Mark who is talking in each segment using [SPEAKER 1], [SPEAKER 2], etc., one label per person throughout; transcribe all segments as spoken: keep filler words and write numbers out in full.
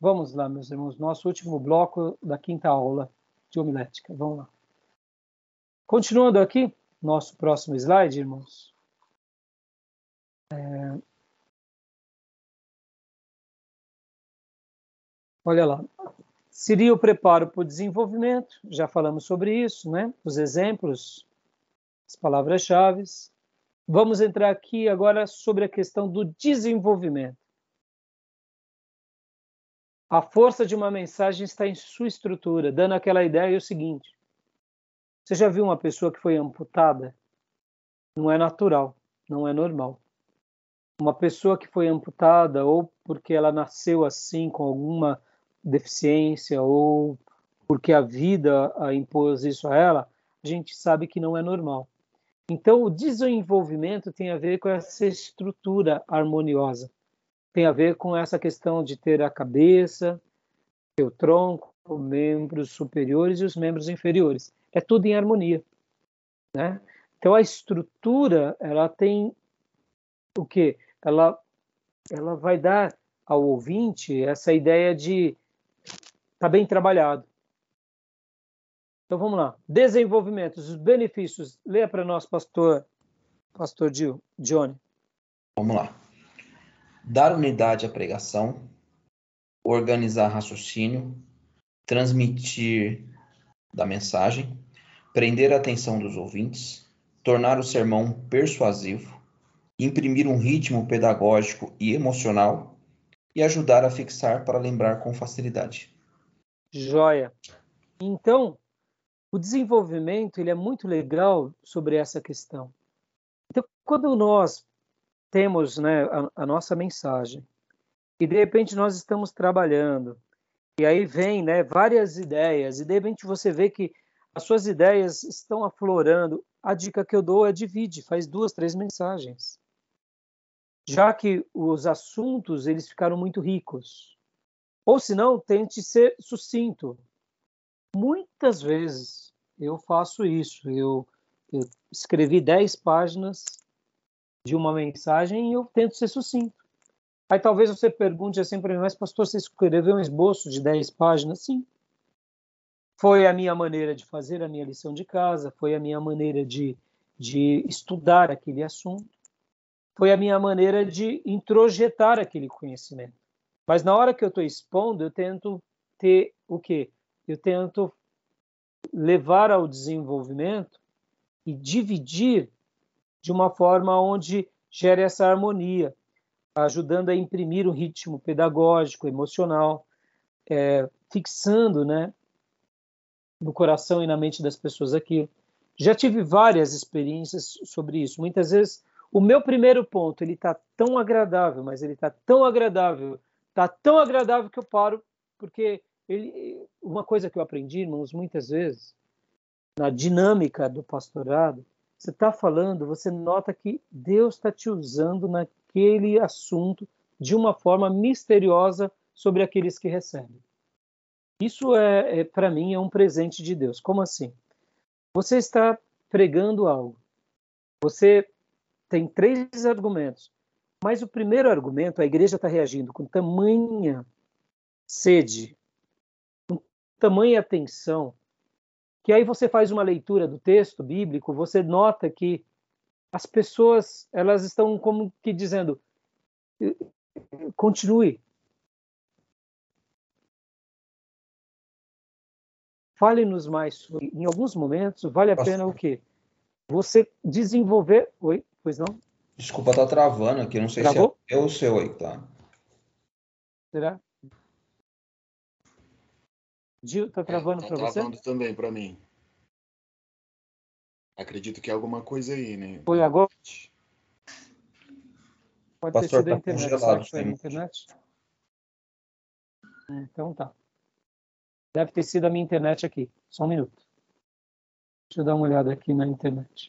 [SPEAKER 1] Vamos lá, meus irmãos, nosso último bloco da quinta aula de homilética. Vamos lá. Continuando aqui, nosso próximo slide, irmãos. É... Olha lá. Seria o preparo para o desenvolvimento, já falamos sobre isso, né? Os exemplos, as palavras-chave. Vamos entrar aqui agora sobre a questão do desenvolvimento. A força de uma mensagem está em sua estrutura, dando aquela ideia o seguinte. Você já viu uma pessoa que foi amputada? Não é natural, não é normal. Uma pessoa que foi amputada ou porque ela nasceu assim, com alguma deficiência, ou porque a vida a impôs isso a ela, a gente sabe que não é normal. Então, o desenvolvimento tem a ver com essa estrutura harmoniosa. Tem a ver com essa questão de ter a cabeça, ter o tronco, os membros superiores e os membros inferiores. É tudo em harmonia, né? Então, a estrutura, ela tem o quê? Ela, ela vai dar ao ouvinte essa ideia de tá bem trabalhado. Então, vamos lá. Desenvolvimento, os benefícios. Leia para nós, pastor, pastor Gil, Johnny.
[SPEAKER 2] Vamos lá. Dar unidade à pregação, organizar raciocínio, transmitir da mensagem, prender a atenção dos ouvintes, tornar o sermão persuasivo, imprimir um ritmo pedagógico e emocional e ajudar a fixar para lembrar com facilidade.
[SPEAKER 1] Joia. Então, o desenvolvimento ele é muito legal sobre essa questão. Então, quando nós temos, né, a, a nossa mensagem e de repente nós estamos trabalhando e aí vem, né, várias ideias e de repente você vê que as suas ideias estão aflorando, a dica que eu dou é divide, faz duas, três mensagens. Já que os assuntos eles ficaram muito ricos. Ou se não, tente ser sucinto. Muitas vezes eu faço isso. Eu, eu escrevi dez páginas de uma mensagem e eu tento ser sucinto. Aí talvez você pergunte assim para mim, mas pastor, você escreveu um esboço de dez páginas? Sim. Foi a minha maneira de fazer a minha lição de casa, foi a minha maneira de, de estudar aquele assunto, foi a minha maneira de introjetar aquele conhecimento. Mas na hora que eu estou expondo, eu tento ter o quê? Eu tento levar ao desenvolvimento e dividir de uma forma onde gere essa harmonia, ajudando a imprimir um ritmo pedagógico, emocional, é, fixando, né, no coração e na mente das pessoas aquilo. Já tive várias experiências sobre isso. Muitas vezes, o meu primeiro ponto, ele está tão agradável, mas ele está tão agradável, está tão agradável que eu paro, porque ele, uma coisa que eu aprendi, irmãos, muitas vezes, na dinâmica do pastorado, você está falando, você nota que Deus está te usando naquele assunto de uma forma misteriosa sobre aqueles que recebem. Isso, é, é para mim, é um presente de Deus. Como assim? Você está pregando algo. Você tem três argumentos. Mas o primeiro argumento, a igreja está reagindo com tamanha sede, com tamanha atenção, que aí você faz uma leitura do texto bíblico, você nota que as pessoas, elas estão como que dizendo, continue. Fale-nos mais sobre, em alguns momentos, vale a pena o quê? Você desenvolver... Oi, pois não?
[SPEAKER 2] Desculpa, tá travando aqui, não sei
[SPEAKER 1] Travou?
[SPEAKER 2] se é o seu aí, tá?
[SPEAKER 1] Será? Gil, tá travando
[SPEAKER 3] é, tá
[SPEAKER 1] para você?
[SPEAKER 3] Tá travando também para mim. Acredito que é alguma coisa aí, né?
[SPEAKER 1] Foi agora? Pode
[SPEAKER 2] Pastor,
[SPEAKER 1] ter sido a
[SPEAKER 2] tá
[SPEAKER 1] internet.
[SPEAKER 2] congelado,
[SPEAKER 1] Será que foi a
[SPEAKER 2] sim.
[SPEAKER 1] internet? Então tá. Deve ter sido a minha internet aqui. Só um minuto. Deixa eu dar uma olhada aqui na internet.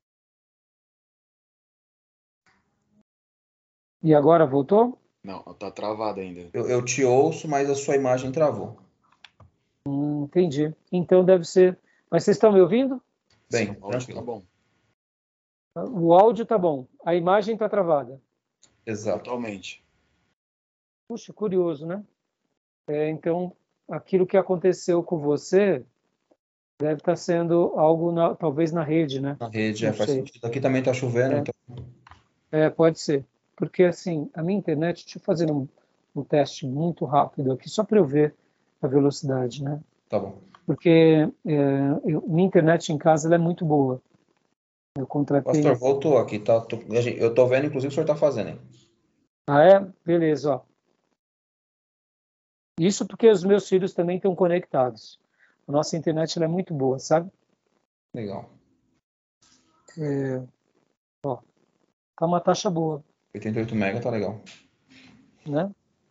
[SPEAKER 1] E agora voltou?
[SPEAKER 3] Não, tá travado ainda.
[SPEAKER 2] Eu, eu te ouço, mas a sua imagem travou.
[SPEAKER 1] Hum, entendi. Então deve ser... Mas vocês estão me ouvindo?
[SPEAKER 2] Bem,
[SPEAKER 3] Sim, o áudio
[SPEAKER 2] tranquilo.
[SPEAKER 3] tá bom.
[SPEAKER 1] O áudio tá bom. A imagem tá travada.
[SPEAKER 2] Exato.
[SPEAKER 3] Totalmente.
[SPEAKER 1] Puxa, curioso, né? É, então, aquilo que aconteceu com você deve estar sendo algo, na, talvez, na rede, né?
[SPEAKER 2] Na rede,
[SPEAKER 1] Não
[SPEAKER 2] é, faz
[SPEAKER 1] sei.
[SPEAKER 2] sentido. Aqui também tá chovendo,
[SPEAKER 1] É,
[SPEAKER 2] então
[SPEAKER 1] é, pode ser. Porque, assim, a minha internet, deixa eu fazer um, um teste muito rápido aqui, só para eu ver a velocidade, né?
[SPEAKER 2] tá bom.
[SPEAKER 1] Porque é, eu, minha internet em casa ela é muito boa. Eu
[SPEAKER 2] Pastor,
[SPEAKER 1] contratei.
[SPEAKER 2] voltou aqui, tá? Tô- eu tô vendo, inclusive, o senhor tá fazendo, hein?
[SPEAKER 1] Ah, é? Beleza, ó. Isso porque os meus filhos também estão conectados. A nossa internet ela é muito boa, sabe?
[SPEAKER 2] Legal.
[SPEAKER 1] É, ó, tá uma taxa boa,
[SPEAKER 2] oitenta e oito mega, tá legal.
[SPEAKER 1] né?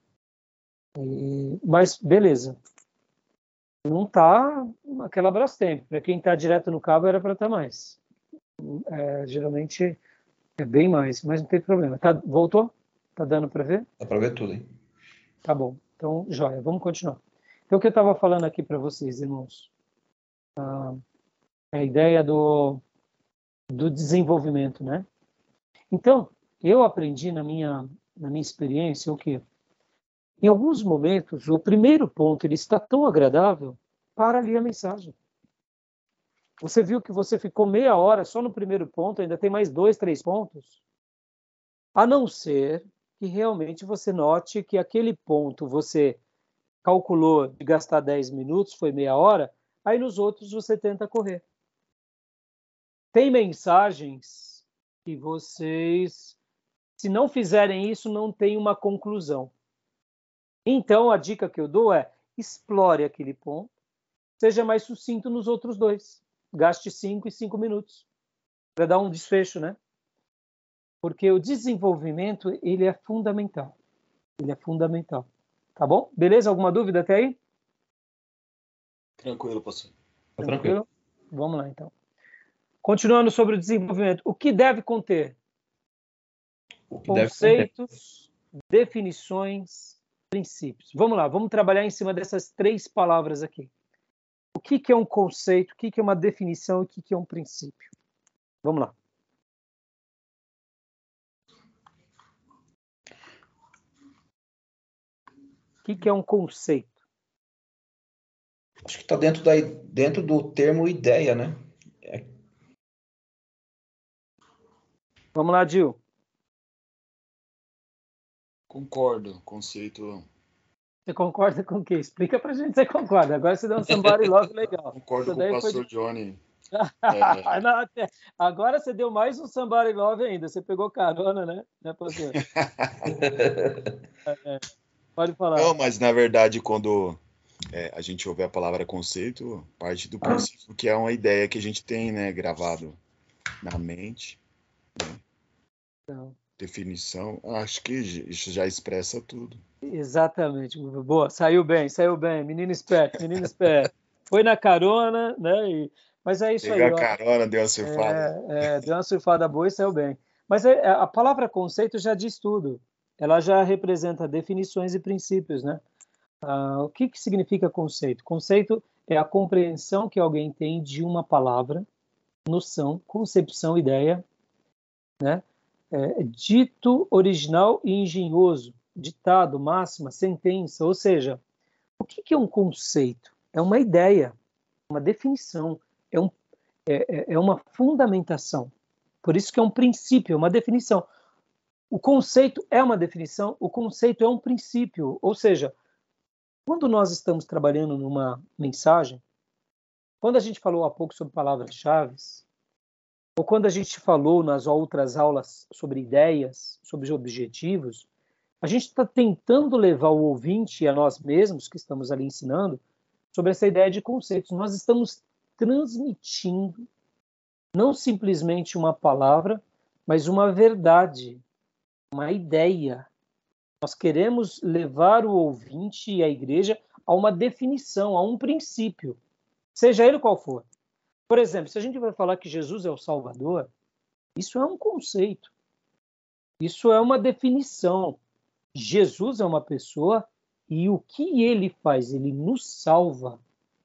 [SPEAKER 1] E, mas beleza. Não tá aquela Brastemp. Para quem está direto no cabo era para estar mais. É, geralmente é bem mais, mas não tem problema. Tá, voltou? Tá dando para ver?
[SPEAKER 2] Dá pra ver tudo, hein?
[SPEAKER 1] Tá bom. Então, joia. Vamos continuar. Então, o que eu estava falando aqui para vocês, irmãos? Ah, a ideia do, do desenvolvimento, né? Então, eu aprendi na minha, na minha experiência o quê? Em alguns momentos, o primeiro ponto ele está tão agradável, para ali a mensagem. Você viu que você ficou meia hora só no primeiro ponto, ainda tem mais dois, três pontos? A não ser que realmente você note que aquele ponto você calculou de gastar dez minutos, foi meia hora, aí nos outros você tenta correr. Tem mensagens que vocês, se não fizerem isso, não tem uma conclusão. Então, a dica que eu dou é, explore aquele ponto, seja mais sucinto nos outros dois. Gaste cinco e cinco minutos para dar um desfecho, né? Porque o desenvolvimento, ele é fundamental. Ele é fundamental. Tá bom? Beleza? Alguma dúvida até aí?
[SPEAKER 3] Tranquilo, pastor.
[SPEAKER 2] Tá tranquilo.
[SPEAKER 1] Tranquilo? Vamos lá, então. Continuando sobre o desenvolvimento. O que deve conter?
[SPEAKER 2] O que deve conter.
[SPEAKER 1] Conceitos, definições, princípios. Vamos lá, vamos trabalhar em cima dessas três palavras aqui. O que, que é um conceito, o que, que é uma definição e o que, que é um princípio? Vamos lá. O que, que é um conceito?
[SPEAKER 2] Acho que tá dentro, da, dentro do termo ideia, né? É,
[SPEAKER 1] Vamos lá, Gil.
[SPEAKER 3] Concordo, conceito.
[SPEAKER 1] Você concorda com o quê? Explica pra gente se você concorda. Agora você deu um somebody love legal.
[SPEAKER 3] Concordo
[SPEAKER 1] Isso
[SPEAKER 3] com o
[SPEAKER 1] daí foi
[SPEAKER 3] pastor
[SPEAKER 1] de...
[SPEAKER 3] Johnny. É,
[SPEAKER 1] Não, até- agora você deu mais um somebody love ainda. Você pegou carona, né? Né, pastor? Pode falar.
[SPEAKER 3] Não, mas na verdade, quando é, a gente ouve a palavra conceito, parte do princípio que é uma ideia que a gente tem, né, gravado na mente, né?
[SPEAKER 1] Então,
[SPEAKER 3] Definição, acho que isso já expressa tudo.
[SPEAKER 1] exatamente. Boa, saiu bem, saiu bem. Menino esperto, menino esperto. Foi na carona, né? E... Mas é isso aí.
[SPEAKER 3] Pegar
[SPEAKER 1] Ó.
[SPEAKER 3] carona, deu uma surfada.
[SPEAKER 1] É, é, deu uma surfada boa e saiu bem. Mas é, a palavra conceito já diz tudo. Ela já representa definições e princípios, né? Ah, o que, que significa conceito? Conceito é a compreensão que alguém tem de uma palavra, noção, concepção, ideia, né? É, dito, original e engenhoso, ditado, máxima, sentença, ou seja, o que, que é um conceito? É uma ideia, uma definição, é, um, é, é uma fundamentação. Por isso que é um princípio, é uma definição. O conceito é uma definição, o conceito é um princípio, ou seja, quando nós estamos trabalhando numa mensagem, quando a gente falou há pouco sobre palavras-chave, ou quando a gente falou nas outras aulas sobre ideias, sobre objetivos, a gente está tentando levar o ouvinte e a nós mesmos, que estamos ali ensinando, sobre essa ideia de conceitos. Nós estamos transmitindo não simplesmente uma palavra, mas uma verdade, uma ideia. Nós queremos levar o ouvinte e a igreja a uma definição, a um princípio, seja ele qual for. Por exemplo, se a gente vai falar que Jesus é o Salvador, isso é um conceito, isso é uma definição. Jesus é uma pessoa e o que ele faz? Ele nos salva.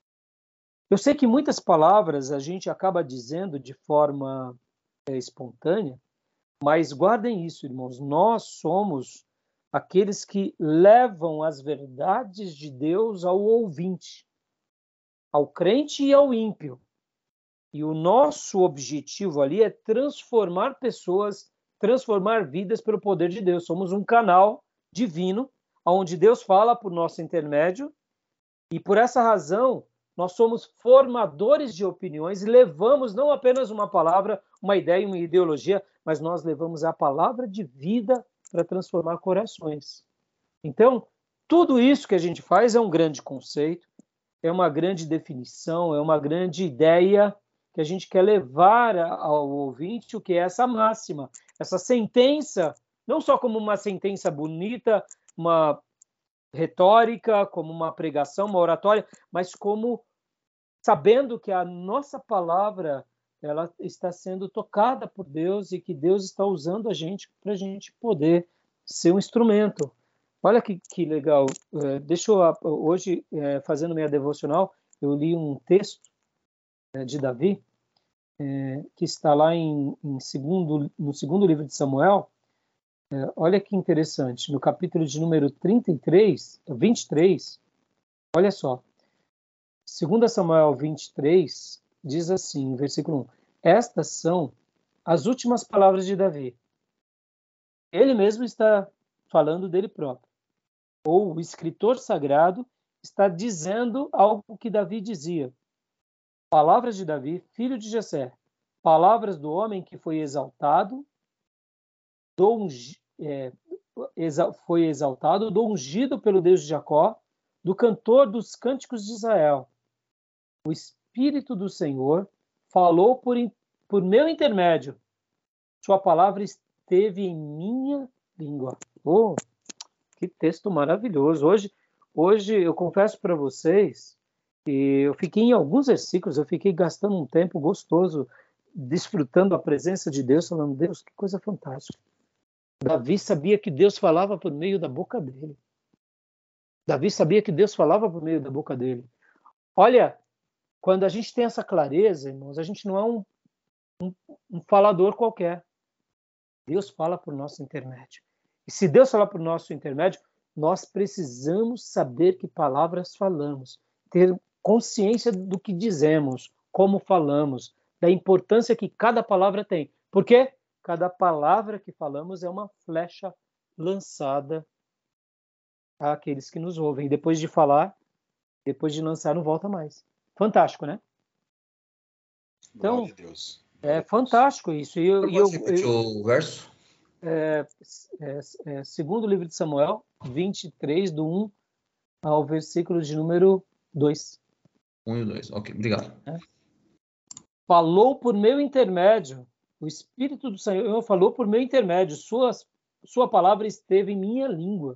[SPEAKER 1] Eu sei que muitas palavras a gente acaba dizendo de forma é, espontânea, mas guardem isso, irmãos, nós somos aqueles que levam as verdades de Deus ao ouvinte, ao crente e ao ímpio. E o nosso objetivo ali é transformar pessoas, transformar vidas pelo poder de Deus. Somos um canal divino, onde Deus fala por nosso intermédio, e por essa razão nós somos formadores de opiniões e levamos não apenas uma palavra, uma ideia, uma ideologia, mas nós levamos a palavra de vida para transformar corações. Então, tudo isso que a gente faz é um grande conceito, é uma grande definição, é uma grande ideia que a gente quer levar ao ouvinte, o que é essa máxima, essa sentença, não só como uma sentença bonita, uma retórica, como uma pregação, uma oratória, mas como sabendo que a nossa palavra ela está sendo tocada por Deus e que Deus está usando a gente para a gente poder ser um instrumento. Olha que, que legal. É, deixa eu, hoje, é, fazendo minha devocional, eu li um texto é, de Davi, é, que está lá em, em segundo, no segundo livro de Samuel. É, olha que interessante. No capítulo de número trinta e três, vinte e três, olha só. segundo Samuel vinte e três, diz assim, versículo um, estas são as últimas palavras de Davi. Ele mesmo está falando dele próprio. Ou o escritor sagrado está dizendo algo que Davi dizia. Palavras de Davi, filho de Jessé. Palavras do homem que foi exaltado, do, é, exa, foi exaltado, do ungido pelo Deus de Jacó, do cantor dos cânticos de Israel. O Espírito do Senhor falou por, por meu intermédio. Sua palavra esteve em minha língua. Oh, que texto maravilhoso. Hoje, hoje eu confesso para vocês que eu fiquei em alguns versículos, eu fiquei gastando um tempo gostoso, desfrutando a presença de Deus, falando, Deus, que coisa fantástica. Davi sabia que Deus falava por meio da boca dele. Davi sabia que Deus falava por meio da boca dele. Olha, quando a gente tem essa clareza, irmãos, a gente não é um, um, um falador qualquer. Deus fala por nosso intermédio. E se Deus falar por nosso intermédio, nós precisamos saber que palavras falamos, ter consciência do que dizemos, como falamos, da importância que cada palavra tem. Por quê? Cada palavra que falamos é uma flecha lançada àqueles que nos ouvem. Depois de falar, depois de lançar, não volta mais. Fantástico, né? Então,
[SPEAKER 3] Glória a Deus.
[SPEAKER 1] É fantástico isso. E eu,
[SPEAKER 2] eu,
[SPEAKER 1] eu,
[SPEAKER 2] repetir
[SPEAKER 1] eu,
[SPEAKER 2] o verso?
[SPEAKER 1] É, é, é, segundo livro de Samuel, vinte e três, do um ao versículo de número dois.
[SPEAKER 2] um e dois, ok, obrigado.
[SPEAKER 1] É. Falou por meu intermédio, o Espírito do Senhor falou por meu intermédio, sua, sua palavra esteve em minha língua.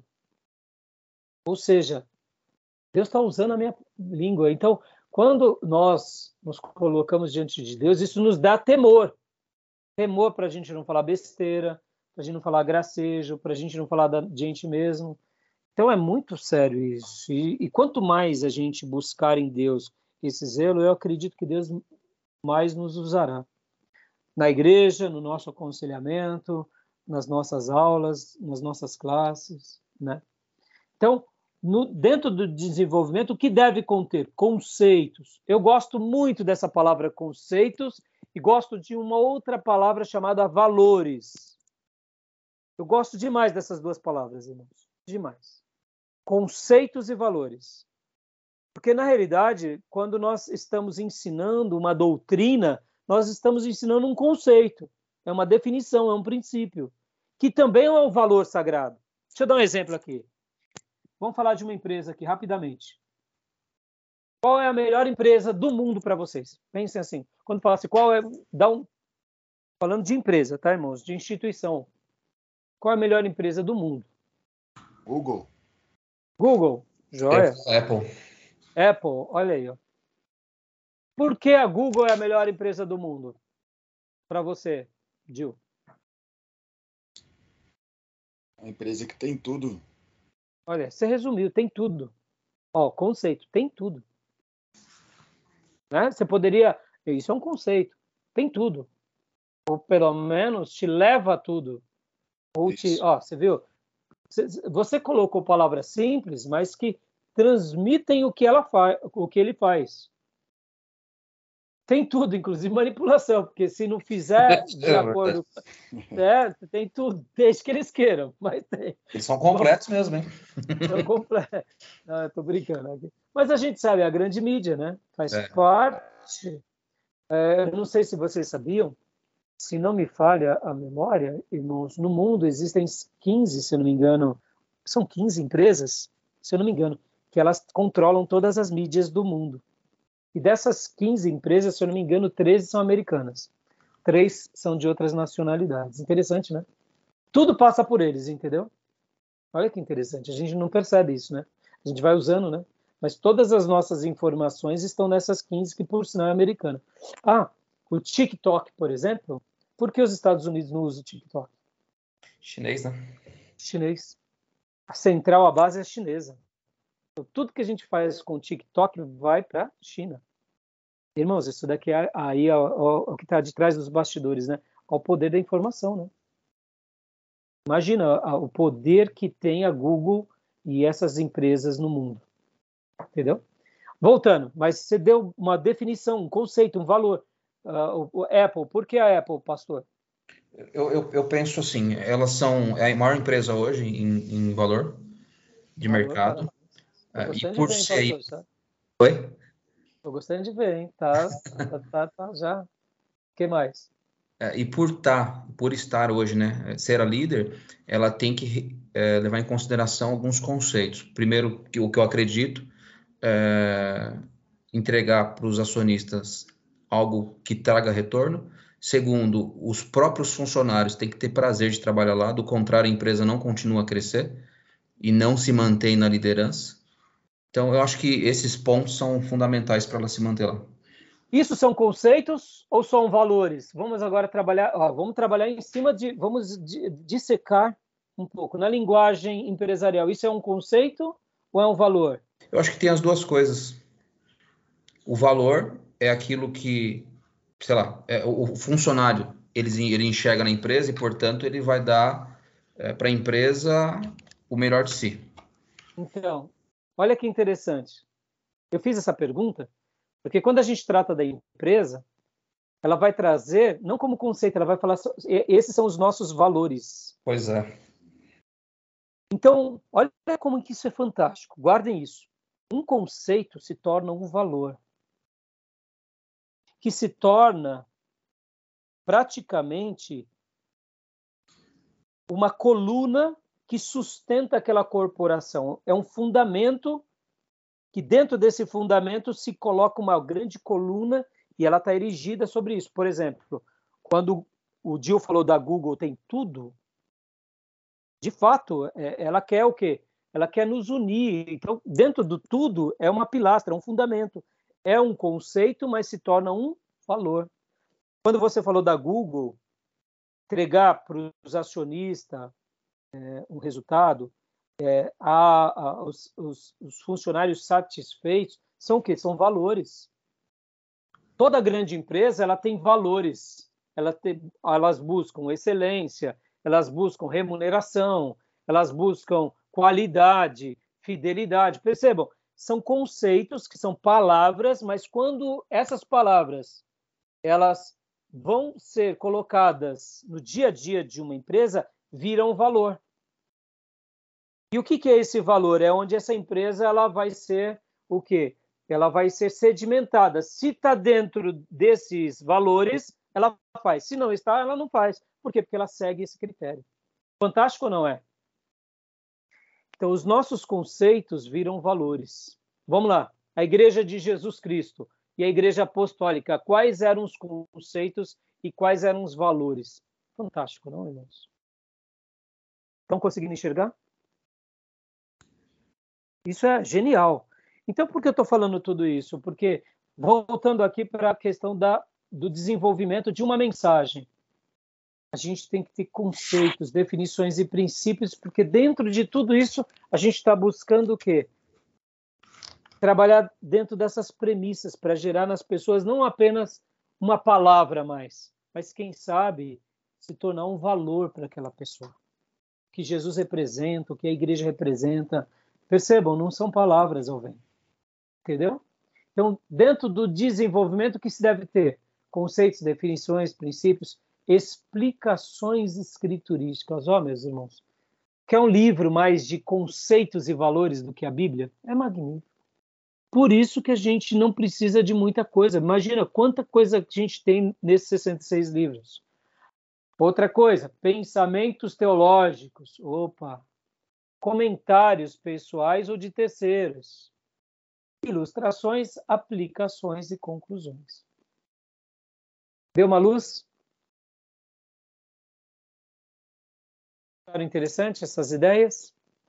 [SPEAKER 1] Ou seja, Deus está usando a minha língua. Então, quando nós nos colocamos diante de Deus, isso nos dá temor. Temor para a gente não falar besteira, para a gente não falar gracejo, para a gente não falar da gente mesmo. Então é muito sério isso. E, e quanto mais a gente buscar em Deus esse zelo, eu acredito que Deus mais nos usará. Na igreja, no nosso aconselhamento, nas nossas aulas, nas nossas classes, né? Então, no, dentro do desenvolvimento, o que deve conter? Conceitos. Eu gosto muito dessa palavra conceitos e gosto de uma outra palavra chamada valores. Eu gosto demais dessas duas palavras, irmãos. Demais. Conceitos e valores. Porque, na realidade, quando nós estamos ensinando uma doutrina, nós estamos ensinando um conceito. É uma definição, é um princípio. Que também é um valor sagrado. Deixa eu dar um exemplo aqui. Vamos falar de uma empresa aqui, rapidamente. Qual é a melhor empresa do mundo para vocês? Pensem assim. Quando falar assim, qual é... Dá um, falando de empresa, tá, irmãos? De instituição. Qual é a melhor empresa do mundo?
[SPEAKER 3] Google.
[SPEAKER 1] Google. Joia.
[SPEAKER 2] Apple.
[SPEAKER 1] Apple, olha aí. Ó. Por que a Google é a melhor empresa do mundo? Para você, Gil.
[SPEAKER 3] A empresa que tem tudo.
[SPEAKER 1] Olha, você resumiu, tem tudo. Ó, conceito, tem tudo. Né? Você poderia... Isso é um conceito. Tem tudo. Ou pelo menos te leva a tudo. Ou te... Ó, você viu? Você colocou palavras simples, mas que transmitem o que ela faz, o que ele faz. Tem tudo, inclusive manipulação, porque se não fizer de
[SPEAKER 2] É
[SPEAKER 1] acordo, é, tem tudo, desde que eles queiram, mas tem.
[SPEAKER 2] Eles são completos mesmo, hein?
[SPEAKER 1] São completos. Não, eu tô brincando aqui. Mas a gente sabe, a grande mídia, né? Faz
[SPEAKER 2] É.
[SPEAKER 1] parte. É, eu não sei se vocês sabiam, se não me falha a memória, irmãos, no mundo existem quinze, se eu não me engano, são quinze empresas, se eu não me engano, que elas controlam todas as mídias do mundo. E dessas quinze empresas, se eu não me engano, treze são americanas. Três são de outras nacionalidades. Interessante, né? Tudo passa por eles, entendeu? Olha que interessante. A gente não percebe isso, né? A gente vai usando, né? Mas todas as nossas informações estão nessas quinze, que por sinal é americana. Ah, o TikTok, por exemplo, por que os Estados Unidos não usam o TikTok?
[SPEAKER 2] Chinês, né?
[SPEAKER 1] Chinês. A central, a base é chinesa. Então, tudo que a gente faz com o TikTok vai para a China. Irmãos, isso daqui é aí é o, o que está de trás dos bastidores, né? Ao poder da informação, né? Imagina o poder que tem a Google e essas empresas no mundo. Entendeu? Voltando, mas você deu uma definição, um conceito, um valor. Uh, o, o Apple, por que a Apple, pastor?
[SPEAKER 2] Eu, eu, eu penso assim, elas são é a maior empresa hoje em, em valor de
[SPEAKER 1] Valor,
[SPEAKER 2] mercado.
[SPEAKER 1] Estou
[SPEAKER 2] É, e
[SPEAKER 1] gostando
[SPEAKER 2] por
[SPEAKER 1] de ver, hein,
[SPEAKER 2] ser...
[SPEAKER 1] pastor? Tá?
[SPEAKER 2] Oi?
[SPEAKER 1] Estou gostando de ver, hein? Tá, tá, tá, tá já. O que mais?
[SPEAKER 2] É, e por tá, por estar hoje, né, ser a líder, ela tem que é, levar em consideração alguns conceitos. Primeiro, que o que eu acredito é entregar para os acionistas algo que traga retorno. Segundo, os próprios funcionários têm que ter prazer de trabalhar lá, do contrário, a empresa não continua a crescer e não se mantém na liderança. Então, eu acho que esses pontos são fundamentais para ela se manter lá.
[SPEAKER 1] Isso são conceitos ou são valores? Vamos agora trabalhar, ó, vamos trabalhar em cima de, vamos dissecar um pouco na linguagem empresarial. Isso é um conceito ou é um valor?
[SPEAKER 2] Eu acho que tem as duas coisas. O valor é aquilo que, sei lá, é, o funcionário ele, ele enxerga na empresa e, portanto, ele vai dar é, para a empresa o melhor de si.
[SPEAKER 1] Então, olha que interessante. Eu fiz essa pergunta porque quando a gente trata da empresa, ela vai trazer, não como conceito, ela vai falar, esses são os nossos valores.
[SPEAKER 2] Pois é.
[SPEAKER 1] Então, olha como que isso é fantástico. Guardem isso. Um conceito se torna um valor, que se torna praticamente uma coluna que sustenta aquela corporação. É um fundamento que dentro desse fundamento se coloca uma grande coluna e ela está erigida sobre isso. Por exemplo, quando o Gil falou da Google tem tudo, de fato, ela quer o quê? Ela quer nos unir. Então, dentro do tudo, é uma pilastra, é um fundamento. É um conceito, mas se torna um valor. Quando você falou da Google, entregar para os acionistas é, um resultado, é, a, a, os, os, os funcionários satisfeitos, são o quê? São valores. Toda grande empresa ela tem valores. Ela tem, elas buscam excelência, elas buscam remuneração, elas buscam qualidade, fidelidade. Percebam, são conceitos que são palavras, mas quando essas palavras elas vão ser colocadas no dia a dia de uma empresa, viram valor. E o que, que é esse valor? É onde essa empresa ela vai ser o quê? Ela vai ser sedimentada. Se está dentro desses valores, ela faz. Se não está, ela não faz. Por quê? Porque ela segue esse critério. Fantástico ou não é? Então, os nossos conceitos viram valores. Vamos lá. A Igreja de Jesus Cristo e a Igreja Apostólica, quais eram os conceitos e quais eram os valores? Fantástico, não, irmãos? Estão conseguindo enxergar? Isso é genial. Então, por que eu estou falando tudo isso? Porque, voltando aqui para a questão da, do desenvolvimento de uma mensagem, a gente tem que ter conceitos, definições e princípios, porque dentro de tudo isso, a gente está buscando o quê? Trabalhar dentro dessas premissas para gerar nas pessoas não apenas uma palavra a mais, mas, quem sabe, se tornar um valor para aquela pessoa. que Jesus representa, o que a igreja representa. Percebam, não são palavras ao vento. Entendeu? Então, dentro do desenvolvimento, o que se deve ter? Conceitos, definições, princípios, explicações escriturísticas. Ó, oh, meus irmãos, quer um livro mais de conceitos e valores do que a Bíblia? É magnífico. Por isso que a gente não precisa de muita coisa. Imagina quanta coisa que a gente tem nesses sessenta e seis livros. Outra coisa, pensamentos teológicos. Opa! Comentários pessoais ou de terceiros. Ilustrações, aplicações e conclusões. Deu uma luz? Interessante essas ideias?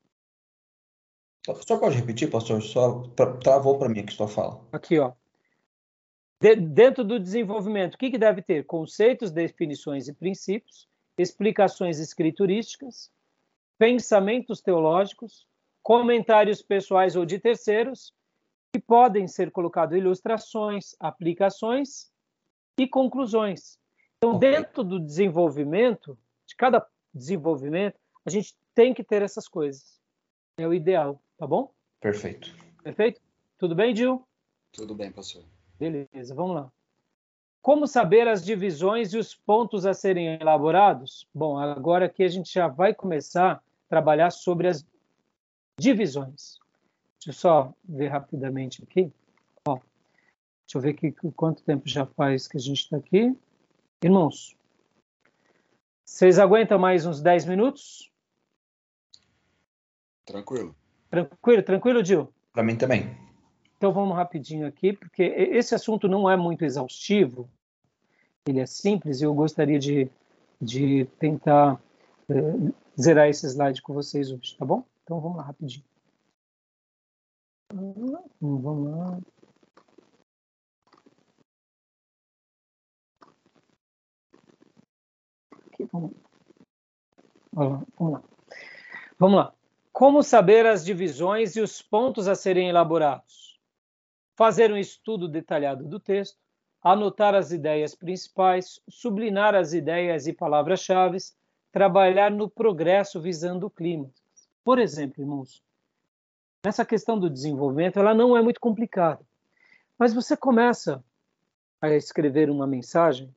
[SPEAKER 2] Só pode repetir, pastor? Só pra, travou para mim aqui sua fala.
[SPEAKER 1] Aqui, ó. De, dentro do desenvolvimento, o que, que deve ter? Conceitos, definições e princípios, explicações escriturísticas, pensamentos teológicos, comentários pessoais ou de terceiros, que podem ser colocados ilustrações, aplicações e conclusões. Então, okay. Dentro do desenvolvimento, de cada desenvolvimento, a gente tem que ter essas coisas. É o ideal, tá bom?
[SPEAKER 2] Perfeito.
[SPEAKER 1] Perfeito? Tudo bem, Gil?
[SPEAKER 3] Tudo bem, pastor.
[SPEAKER 1] Beleza, vamos lá. Como saber as divisões e os pontos a serem elaborados? Bom, agora aqui a gente já vai começar a trabalhar sobre as divisões. Deixa eu só ver rapidamente aqui. Ó, deixa eu ver aqui quanto tempo já faz que a gente está aqui. Irmãos, vocês aguentam mais uns dez minutos?
[SPEAKER 3] Tranquilo.
[SPEAKER 1] Tranquilo, tranquilo, Gil?
[SPEAKER 2] Para mim também.
[SPEAKER 1] Então vamos rapidinho aqui, porque esse assunto não é muito exaustivo, ele é simples e eu gostaria de, de tentar eh, zerar esse slide com vocês hoje, tá bom? Então vamos lá rapidinho. Vamos lá. Aqui, vamos lá. Vamos lá. Vamos lá. Como saber as divisões e os pontos a serem elaborados? Fazer um estudo detalhado do texto, anotar as ideias principais, sublinhar as ideias e palavras-chave, trabalhar no progresso visando o clima. Por exemplo, irmãos, essa questão do desenvolvimento, ela não é muito complicada. Mas você começa a escrever uma mensagem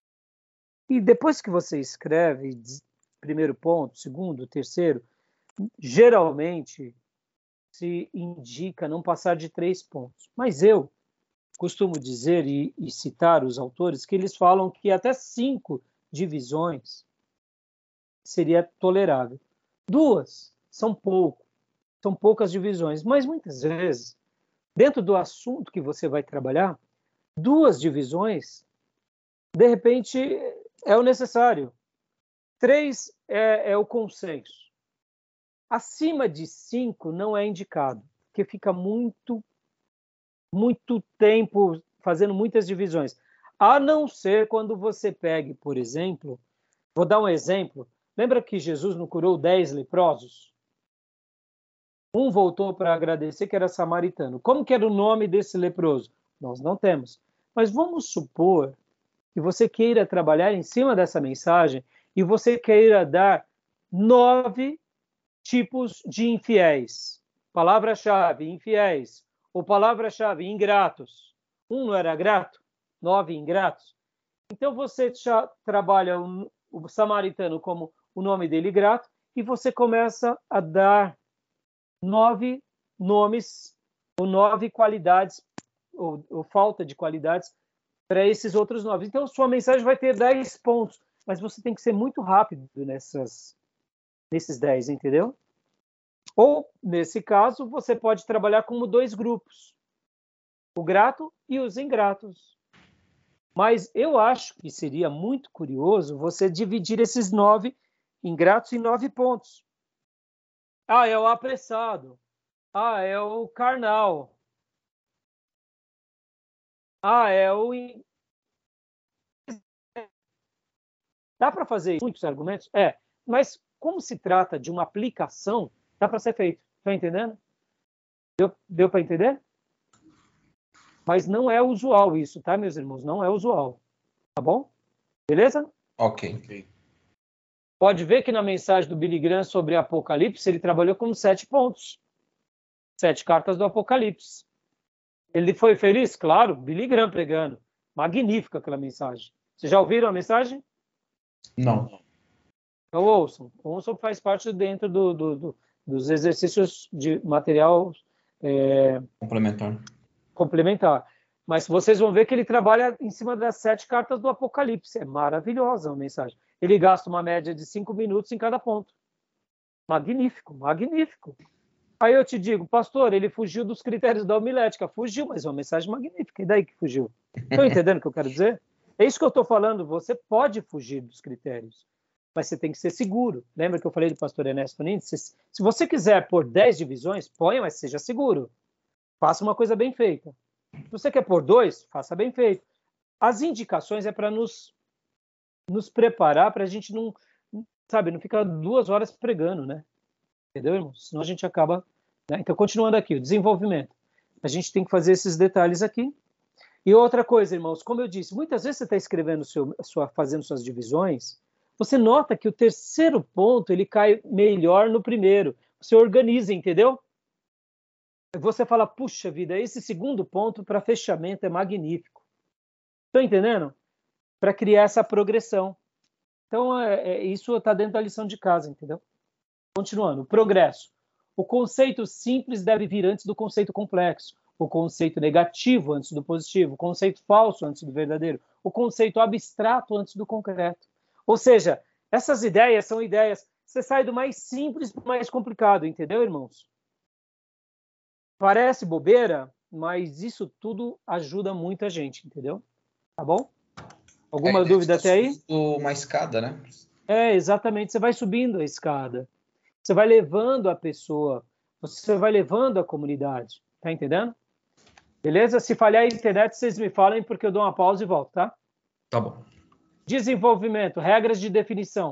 [SPEAKER 1] e depois que você escreve, primeiro ponto, segundo, terceiro, geralmente se indica não passar de três pontos. Mas eu costumo dizer e, e citar os autores que eles falam que até cinco divisões seria tolerável. Duas são pouco, são poucas divisões, mas muitas vezes, dentro do assunto que você vai trabalhar, duas divisões, de repente, é o necessário. Três é, é o consenso. Acima de cinco não é indicado, porque fica muito, muito tempo fazendo muitas divisões. A não ser quando você pegue, por exemplo, vou dar um exemplo. Lembra que Jesus não curou dez leprosos? Um voltou para agradecer, que era samaritano. Como que era o nome desse leproso? Nós não temos. Mas vamos supor que você queira trabalhar em cima dessa mensagem e você queira dar nove tipos de infiéis. Palavra-chave, infiéis. Ou palavra-chave, ingratos. Um não era grato? Nove ingratos. Então você já trabalha o, o samaritano como o nome dele grato e você começa a dar nove nomes ou nove qualidades ou, ou falta de qualidades para esses outros nove. Então sua mensagem vai ter dez pontos, mas você tem que ser muito rápido nessas, nesses dez, entendeu? Ou, nesse caso, você pode trabalhar como dois grupos, o grato e os ingratos. Mas eu acho que seria muito curioso você dividir esses nove ingratos em nove pontos. Ah, é o apressado. Ah, é o carnal. Ah, é o... Dá para fazer isso, muitos argumentos? É, mas como se trata de uma aplicação, dá para ser feito. Está entendendo? Deu, deu para entender? Mas não é usual isso, tá, meus irmãos? Não é usual. Tá bom? Beleza?
[SPEAKER 2] Ok.
[SPEAKER 1] Pode ver que na mensagem do Billy Graham sobre Apocalipse, ele trabalhou com sete pontos. Sete cartas do Apocalipse. Ele foi feliz? Claro, Billy Graham pregando. Magnífica aquela mensagem. Vocês já ouviram a mensagem?
[SPEAKER 2] Não.
[SPEAKER 1] Então ouçam. Ouçam faz parte dentro do, do, do, dos exercícios de material é,
[SPEAKER 2] complementar.
[SPEAKER 1] complementar. Mas vocês vão ver que ele trabalha em cima das sete cartas do Apocalipse. É maravilhosa a mensagem. Ele gasta uma média de cinco minutos em cada ponto. Magnífico, magnífico. Aí eu te digo, pastor, ele fugiu dos critérios da homilética. Fugiu, mas é uma mensagem magnífica. E daí que fugiu? Estão entendendo o que eu quero dizer? É isso que eu estou falando. Você pode fugir dos critérios, mas você tem que ser seguro. Lembra que eu falei do pastor Ernesto Nins? Se, se você quiser pôr dez divisões, ponha, mas seja seguro. Faça uma coisa bem feita. Se você quer pôr dois, faça bem feito. As indicações é para nos, nos preparar para a gente não, sabe, não ficar duas horas pregando, né? Entendeu, irmão? Senão a gente acaba... Né? Então, continuando aqui, o desenvolvimento. A gente tem que fazer esses detalhes aqui. E outra coisa, irmãos, como eu disse, muitas vezes você está escrevendo, seu, sua, fazendo suas divisões, você nota que o terceiro ponto ele cai melhor no primeiro. Você organiza, entendeu? Você fala, puxa vida, esse segundo ponto para fechamento é magnífico. Estão entendendo? Para criar essa progressão. Então, é, é, isso está dentro da lição de casa, entendeu? Continuando, o progresso. O conceito simples deve vir antes do conceito complexo. O conceito negativo antes do positivo. O conceito falso antes do verdadeiro. O conceito abstrato antes do concreto. Ou seja, essas ideias são ideias... Você sai do mais simples para o mais complicado, entendeu, irmãos? Parece bobeira, mas isso tudo ajuda muita gente, entendeu? Tá bom? Alguma
[SPEAKER 2] é,
[SPEAKER 1] dúvida até aí?
[SPEAKER 2] Uma escada, né?
[SPEAKER 1] É, exatamente. Você vai subindo a escada. Você vai levando a pessoa. Você vai levando a comunidade. Tá entendendo? Beleza? Se falhar a internet, vocês me falem, porque eu dou uma pausa e volto, tá?
[SPEAKER 2] Tá bom.
[SPEAKER 1] Desenvolvimento, regras de definição.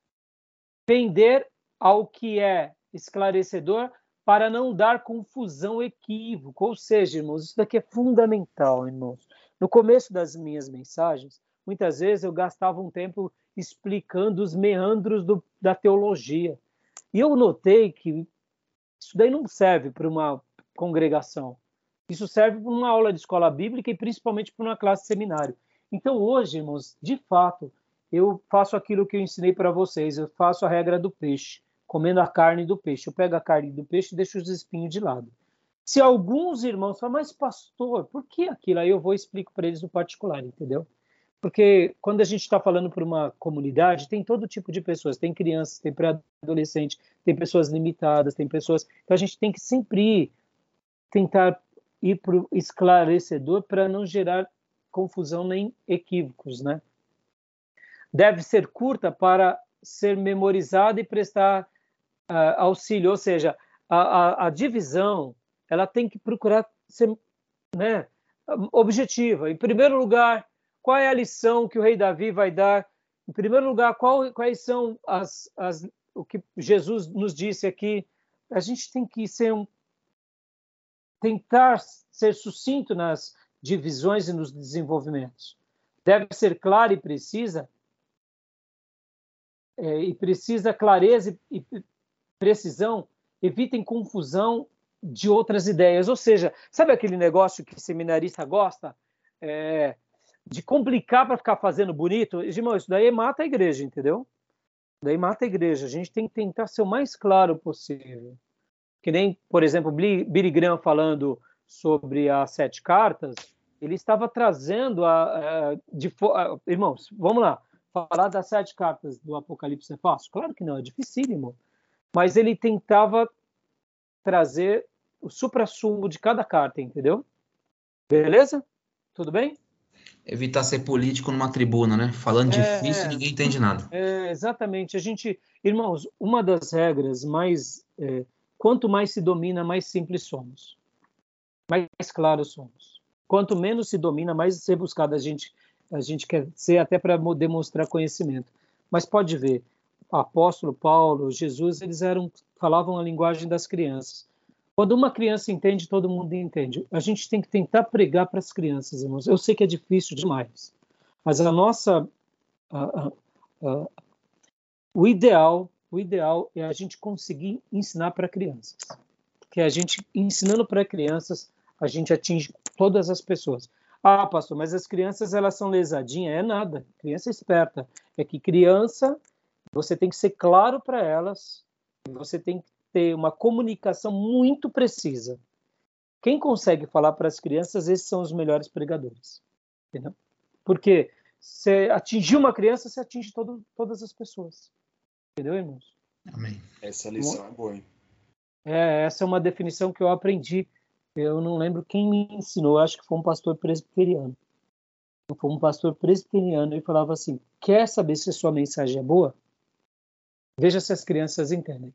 [SPEAKER 1] Pender ao que é esclarecedor para não dar confusão, equívoco. Ou seja, irmãos, isso daqui é fundamental, irmãos. No começo das minhas mensagens, muitas vezes eu gastava um tempo explicando os meandros do, da teologia. E eu notei que isso daí não serve para uma congregação. Isso serve para uma aula de escola bíblica e principalmente para uma classe de seminário. Então hoje, irmãos, de fato, eu faço aquilo que eu ensinei para vocês. Eu faço a regra do peixe, comendo a carne do peixe. Eu pego a carne do peixe e deixo os espinhos de lado. Se alguns irmãos falam, mas pastor, por que aquilo? Aí eu vou e explico para eles no particular, entendeu? Porque quando a gente está falando para uma comunidade, tem todo tipo de pessoas. Tem crianças, tem pré-adolescentes, tem pessoas limitadas, tem pessoas... Então a gente tem que sempre tentar ir para o esclarecedor para não gerar confusão nem equívocos, né? Deve ser curta para ser memorizada e prestar uh, auxílio, ou seja, a, a, a divisão ela tem que procurar ser, né, objetiva. Em primeiro lugar, qual é a lição que o rei Davi vai dar? Em primeiro lugar, qual, quais são as, as, o que Jesus nos disse aqui? A gente tem que ser um, tentar ser sucinto nas divisões e nos desenvolvimentos. Deve ser clara e precisa, é, e precisa clareza e, e precisão, evitem confusão de outras ideias. Ou seja, sabe aquele negócio que seminarista gosta? É, de complicar para ficar fazendo bonito? Irmão, isso daí mata a igreja, entendeu? Isso daí mata a igreja. A gente tem que tentar ser o mais claro possível. Que nem, por exemplo, Billy Graham falando sobre as sete cartas, ele estava trazendo a... a, de, a irmãos, vamos lá. Falar das sete cartas do Apocalipse é fácil? Claro que não, é dificílimo. Mas ele tentava trazer o suprassumo de cada carta, entendeu? Beleza? Tudo bem?
[SPEAKER 2] Evitar ser político numa tribuna, né? Falando
[SPEAKER 1] é,
[SPEAKER 2] difícil, ninguém entende nada.
[SPEAKER 1] É, exatamente. A gente, irmãos, uma das regras mais... É, quanto mais se domina, mais simples somos. Mais claros somos. Quanto menos se domina, mais rebuscado a gente, a gente quer ser, até para demonstrar conhecimento. Mas pode ver, o apóstolo Paulo, Jesus, eles eram, falavam a linguagem das crianças. Quando uma criança entende, todo mundo entende. A gente tem que tentar pregar para as crianças, irmãos. Eu sei que é difícil demais, mas a nossa... A, a, a, o ideal, o ideal é a gente conseguir ensinar para crianças. Porque a gente, ensinando para crianças, a gente atinge todas as pessoas. Ah, pastor, mas as crianças, elas são lesadinhas. É nada, criança esperta. É que criança, você tem que ser claro para elas, você tem que ter uma comunicação muito precisa. Quem consegue falar para as crianças, esses são os melhores pregadores. Entendeu? Porque você atingir uma criança, você atinge todo, todas as pessoas. Entendeu, irmãos?
[SPEAKER 2] Amém.
[SPEAKER 3] Essa lição é boa, hein?
[SPEAKER 1] É, essa é uma definição que eu aprendi. Eu não lembro quem me ensinou, acho que foi um pastor presbiteriano. Foi um pastor presbiteriano e falava assim: quer saber se a sua mensagem é boa? Veja se as crianças entendem.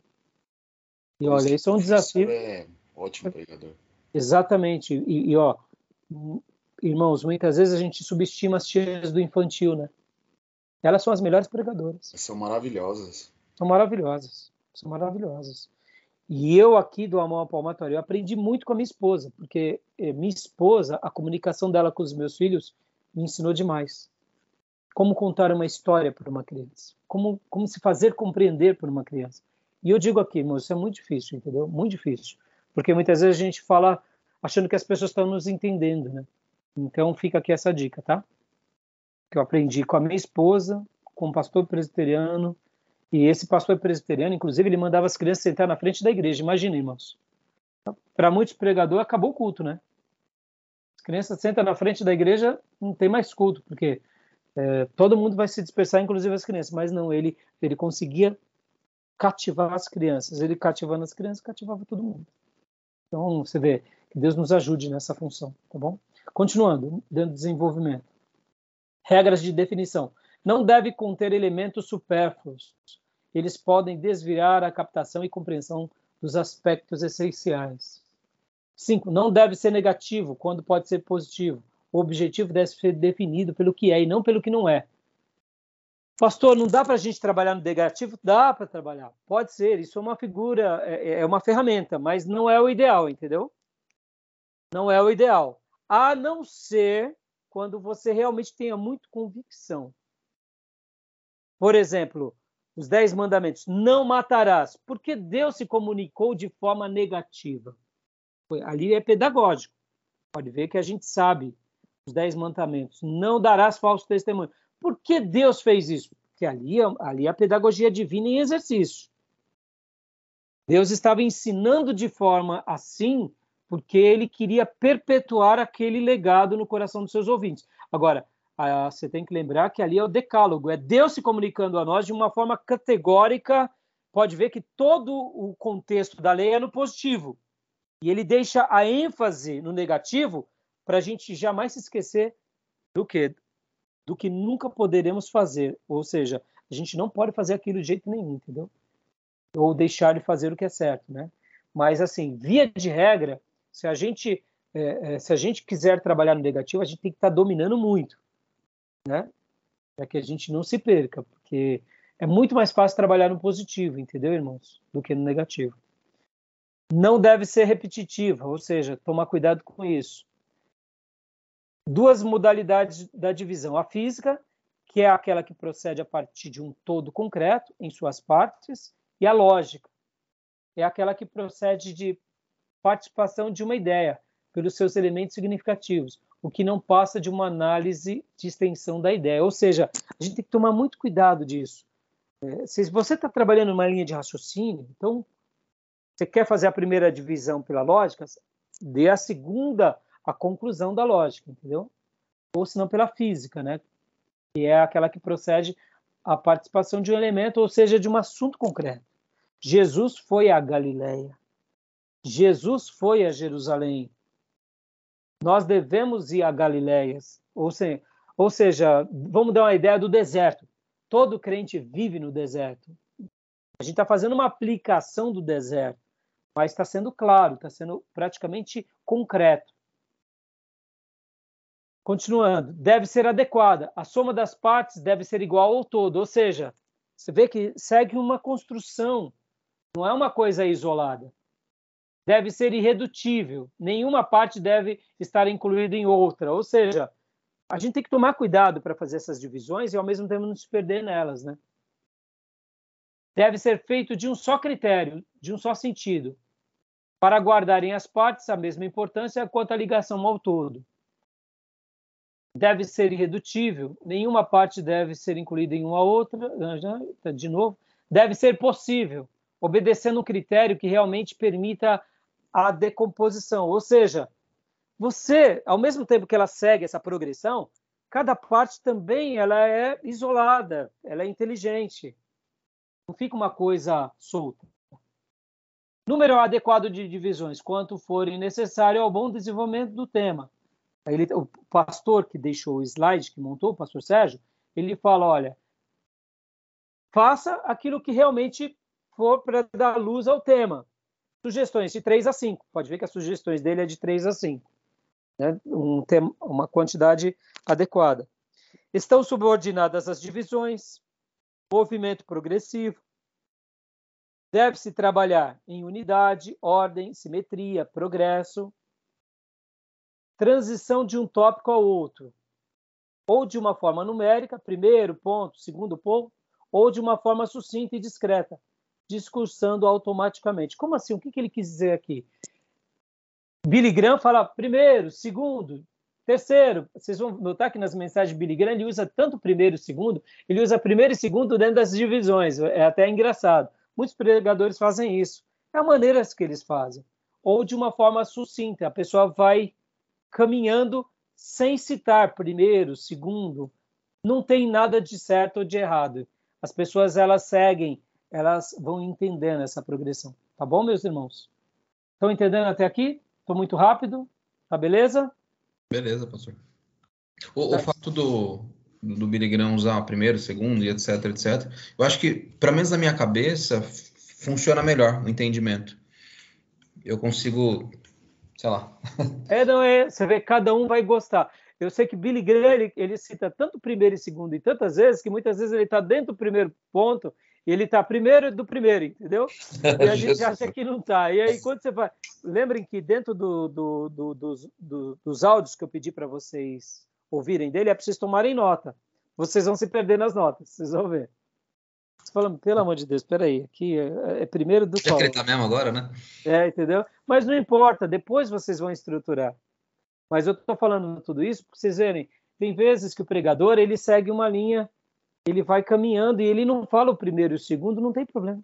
[SPEAKER 1] E olha, isso é um desafio.
[SPEAKER 3] É ótimo pregador.
[SPEAKER 1] Exatamente. E, e ó, irmãos, muitas vezes a gente subestima as tias do infantil, né? Elas são as melhores pregadoras.
[SPEAKER 3] São maravilhosas.
[SPEAKER 1] São maravilhosas. São maravilhosas. E eu aqui do Amor Palmatório, eu aprendi muito com a minha esposa, porque minha esposa, a comunicação dela com os meus filhos, me ensinou demais. Como contar uma história para uma criança. Como, como se fazer compreender por uma criança. E eu digo aqui, irmão, isso é muito difícil, entendeu? Muito difícil. Porque muitas vezes a gente fala achando que as pessoas estão nos entendendo, né? Então fica aqui essa dica, tá? Que eu aprendi com a minha esposa, com o pastor presbiteriano. E esse pastor presbiteriano, inclusive, ele mandava as crianças sentar na frente da igreja. Imagina, irmãos. Para muitos pregadores, acabou o culto, né? As crianças sentam na frente da igreja, não tem mais culto, porque é, todo mundo vai se dispersar, inclusive as crianças. Mas não, ele, ele conseguia cativar as crianças. Ele cativando as crianças, cativava todo mundo. Então, você vê, que Deus nos ajude nessa função, tá bom? Continuando, dando desenvolvimento. Regras de definição. Não deve conter elementos supérfluos. Eles podem desviar a captação e compreensão dos aspectos essenciais. Cinco. Não deve ser negativo, quando pode ser positivo. O objetivo deve ser definido pelo que é e não pelo que não é. Pastor, não dá para a gente trabalhar no negativo? Dá para trabalhar. Pode ser, isso é uma figura, é, é uma ferramenta, mas não é o ideal, entendeu? Não é o ideal. A não ser quando você realmente tenha muito convicção. Por exemplo, os dez mandamentos. Não matarás. Porque Deus se comunicou de forma negativa. Ali é pedagógico. Pode ver que a gente sabe os dez mandamentos. Não darás falso testemunho. Por que Deus fez isso? Porque ali, ali é a pedagogia divina em exercício. Deus estava ensinando de forma assim porque ele queria perpetuar aquele legado no coração dos seus ouvintes. Agora, ah, você tem que lembrar que ali é o decálogo, é Deus se comunicando a nós de uma forma categórica. Pode ver que todo o contexto da lei é no positivo. E ele deixa a ênfase no negativo para a gente jamais se esquecer do quê? Do que nunca poderemos fazer. Ou seja, a gente não pode fazer aquilo de jeito nenhum, entendeu? Ou deixar de fazer o que é certo, né? Mas, assim, via de regra, se a gente, é, se a gente quiser trabalhar no negativo, a gente tem que estar dominando muito, né? Para que a gente não se perca, porque é muito mais fácil trabalhar no positivo, entendeu, irmãos? Do que no negativo. Não deve ser repetitiva, ou seja, tomar cuidado com isso. Duas modalidades da divisão. A física, que é aquela que procede a partir de um todo concreto, em suas partes, e a lógica, é aquela que procede de participação de uma ideia, pelos seus elementos significativos, o que não passa de uma análise de extensão da ideia. Ou seja, a gente tem que tomar muito cuidado disso. Se você está trabalhando numa linha de raciocínio, então, você quer fazer a primeira divisão pela lógica, dê a segunda a conclusão da lógica, entendeu? Ou se não pela física, né? Que é aquela que procede a participação de um elemento, ou seja, de um assunto concreto. Jesus foi a Galileia. Jesus foi a Jerusalém. Nós devemos ir a Galileia. Ou seja, ou seja, vamos dar uma ideia do deserto. Todo crente vive no deserto. A gente está fazendo uma aplicação do deserto, mas está sendo claro, está sendo praticamente concreto. Continuando, deve ser adequada. A soma das partes deve ser igual ao todo. Ou seja, você vê que segue uma construção, não é uma coisa isolada. Deve ser irredutível. Nenhuma parte deve estar incluída em outra. Ou seja, a gente tem que tomar cuidado para fazer essas divisões e, ao mesmo tempo, não se perder nelas, né? deve ser feito de um só critério, de um só sentido, para guardarem as partes a mesma importância quanto à ligação ao todo. Deve ser irredutível, nenhuma parte deve ser incluída em uma outra, de novo, deve ser possível, obedecendo um critério que realmente permita a decomposição, ou seja, você, ao mesmo tempo que ela segue essa progressão, cada parte também ela é isolada, ela é inteligente, não fica uma coisa solta. Número adequado de divisões, quanto forem necessário ao bom desenvolvimento do tema. Ele, o pastor que deixou o slide, que montou, o pastor Sérgio, ele fala, olha, faça aquilo que realmente for para dar luz ao tema. Sugestões de três a cinco. Pode ver que as sugestões dele é de três a cinco. Né? Um tema, uma quantidade adequada. Estão subordinadas as divisões, movimento progressivo. Deve-se trabalhar em unidade, ordem, simetria, progresso. Transição de um tópico ao outro. Ou de uma forma numérica, primeiro ponto, segundo ponto, ou de uma forma sucinta e discreta, discursando automaticamente. Como assim? O que ele quis dizer aqui? Billy Graham fala primeiro, segundo, terceiro. Vocês vão notar que nas mensagens de Billy Graham ele usa tanto primeiro e segundo, ele usa primeiro e segundo dentro das divisões. É até engraçado. Muitos pregadores fazem isso. É a maneira que eles fazem. Ou de uma forma sucinta. A pessoa vai caminhando sem citar primeiro, segundo. Não tem nada de certo ou de errado. As pessoas, elas seguem, elas vão entendendo essa progressão. Tá bom, meus irmãos? Estão entendendo até aqui? Estou muito rápido? Tá beleza?
[SPEAKER 2] Beleza, pastor. O, tá. o fato do, do Billy Graham usar primeiro, segundo e etc, etc, eu acho que, pelo menos na minha cabeça, funciona melhor o entendimento. Eu consigo, sei lá.
[SPEAKER 1] É, não é, você vê, cada um vai gostar. Eu sei que Billy Graham, ele, ele cita tanto primeiro e segundo e tantas vezes, que muitas vezes ele está dentro do primeiro ponto, e ele está primeiro do primeiro, entendeu? E a gente acha que não está. E aí, quando você vai... Lembrem que dentro do, do, do, dos, do, dos áudios que eu pedi para vocês ouvirem dele, é preciso tomarem nota. Vocês vão se perder nas notas, vocês vão ver. Você fala, pelo amor de Deus, espera aí, aqui é, é primeiro do qual?
[SPEAKER 2] Já que ele tá mesmo agora, né?
[SPEAKER 1] É, entendeu? Mas não importa, depois vocês vão estruturar. Mas eu estou falando tudo isso para vocês verem. Tem vezes que o pregador, ele segue uma linha, ele vai caminhando e ele não fala o primeiro e o segundo, não tem problema.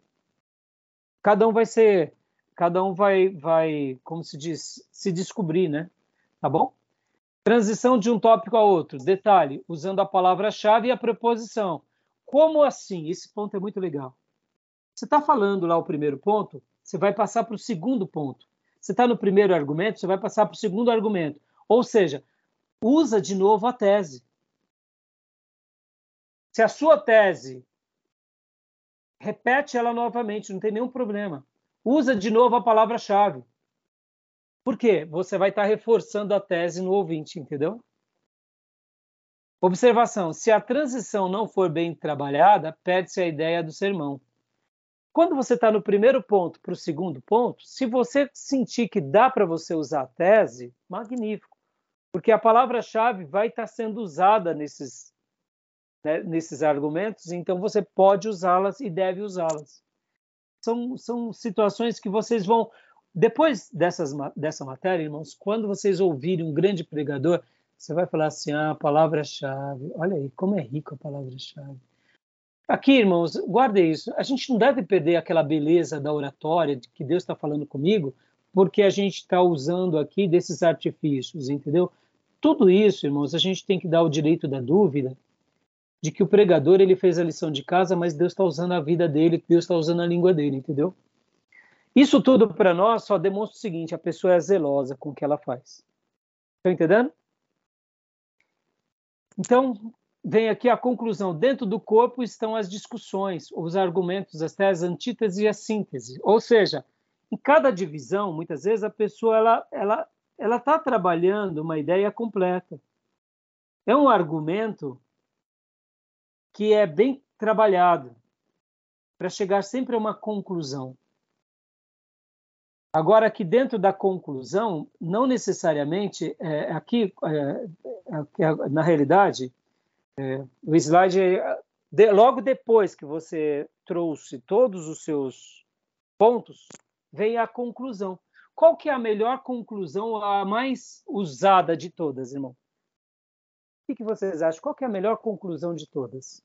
[SPEAKER 1] Cada um vai ser, cada um vai, vai, como se diz, se descobrir, né? Tá bom? Transição de um tópico a outro. Detalhe, usando a palavra-chave e a preposição. Como assim? Esse ponto é muito legal. Você está falando lá o primeiro ponto, você vai passar para o segundo ponto. Você está no primeiro argumento, você vai passar para o segundo argumento. Ou seja, usa de novo a tese. Se a sua tese, repete ela novamente, não tem nenhum problema. Usa de novo a palavra-chave. Por quê? Você vai estar reforçando a tese no ouvinte, entendeu? Observação, se a transição não for bem trabalhada, perde-se a ideia do sermão. Quando você está no primeiro ponto para o segundo ponto, se você sentir que dá para você usar a tese, magnífico. Porque a palavra-chave vai estar sendo usada nesses, né, nesses argumentos, então você pode usá-las e deve usá-las. São, são situações que vocês vão... Depois dessas, dessa matéria, irmãos, quando vocês ouvirem um grande pregador, você vai falar assim, ah, a palavra-chave, olha aí, como é rico a palavra-chave. Aqui, irmãos, guardem isso. A gente não deve perder aquela beleza da oratória, de que Deus está falando comigo, porque a gente está usando aqui desses artifícios, entendeu? Tudo isso, irmãos, a gente tem que dar o direito da dúvida de que o pregador ele fez a lição de casa, mas Deus está usando a vida dele, Deus está usando a língua dele, entendeu? Isso tudo para nós só demonstra o seguinte, a pessoa é zelosa com o que ela faz. Estão entendendo? Então, vem aqui a conclusão. Dentro do corpo estão as discussões, os argumentos, as teses, a antítese e a síntese. Ou seja, em cada divisão, muitas vezes, a pessoa ela, ela, ela está trabalhando uma ideia completa. É um argumento que é bem trabalhado para chegar sempre a uma conclusão. Agora, aqui dentro da conclusão, não necessariamente, é, aqui, é, é, na realidade, é, o slide, é, de, logo depois que você trouxe todos os seus pontos, vem a conclusão. Qual que é a melhor conclusão, a mais usada de todas, irmão? O que vocês acham? Qual que é a melhor conclusão de todas?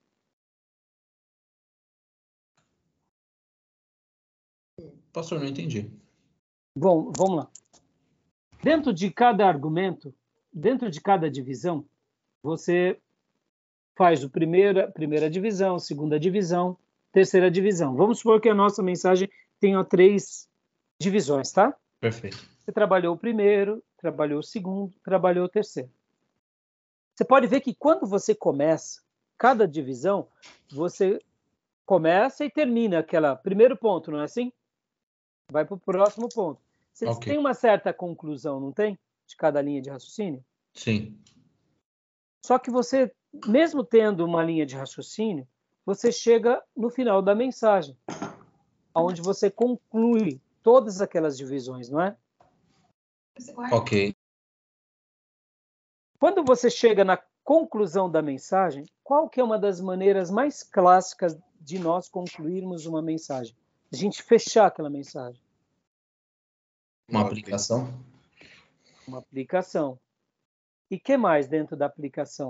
[SPEAKER 2] Pastor, não entendi.
[SPEAKER 1] Bom, vamos lá. Dentro de cada argumento, dentro de cada divisão, você faz a primeira, primeira divisão, segunda divisão, terceira divisão. Vamos supor que a nossa mensagem tenha três divisões, tá?
[SPEAKER 2] Perfeito.
[SPEAKER 1] Você trabalhou o primeiro, trabalhou o segundo, trabalhou o terceiro. Você pode ver que quando você começa cada divisão, você começa e termina aquele primeiro ponto, não é assim? Vai para o próximo ponto. Você
[SPEAKER 2] Ok.
[SPEAKER 1] tem uma certa conclusão, não tem? De cada linha de raciocínio?
[SPEAKER 2] Sim.
[SPEAKER 1] Só que você, mesmo tendo uma linha de raciocínio, você chega no final da mensagem, onde você conclui todas aquelas divisões, não é?
[SPEAKER 2] Ok.
[SPEAKER 1] Quando você chega na conclusão da mensagem, qual que é uma das maneiras mais clássicas de nós concluirmos uma mensagem? A gente fechar aquela mensagem.
[SPEAKER 2] Uma aplicação?
[SPEAKER 1] Uma aplicação. E o que mais dentro da aplicação?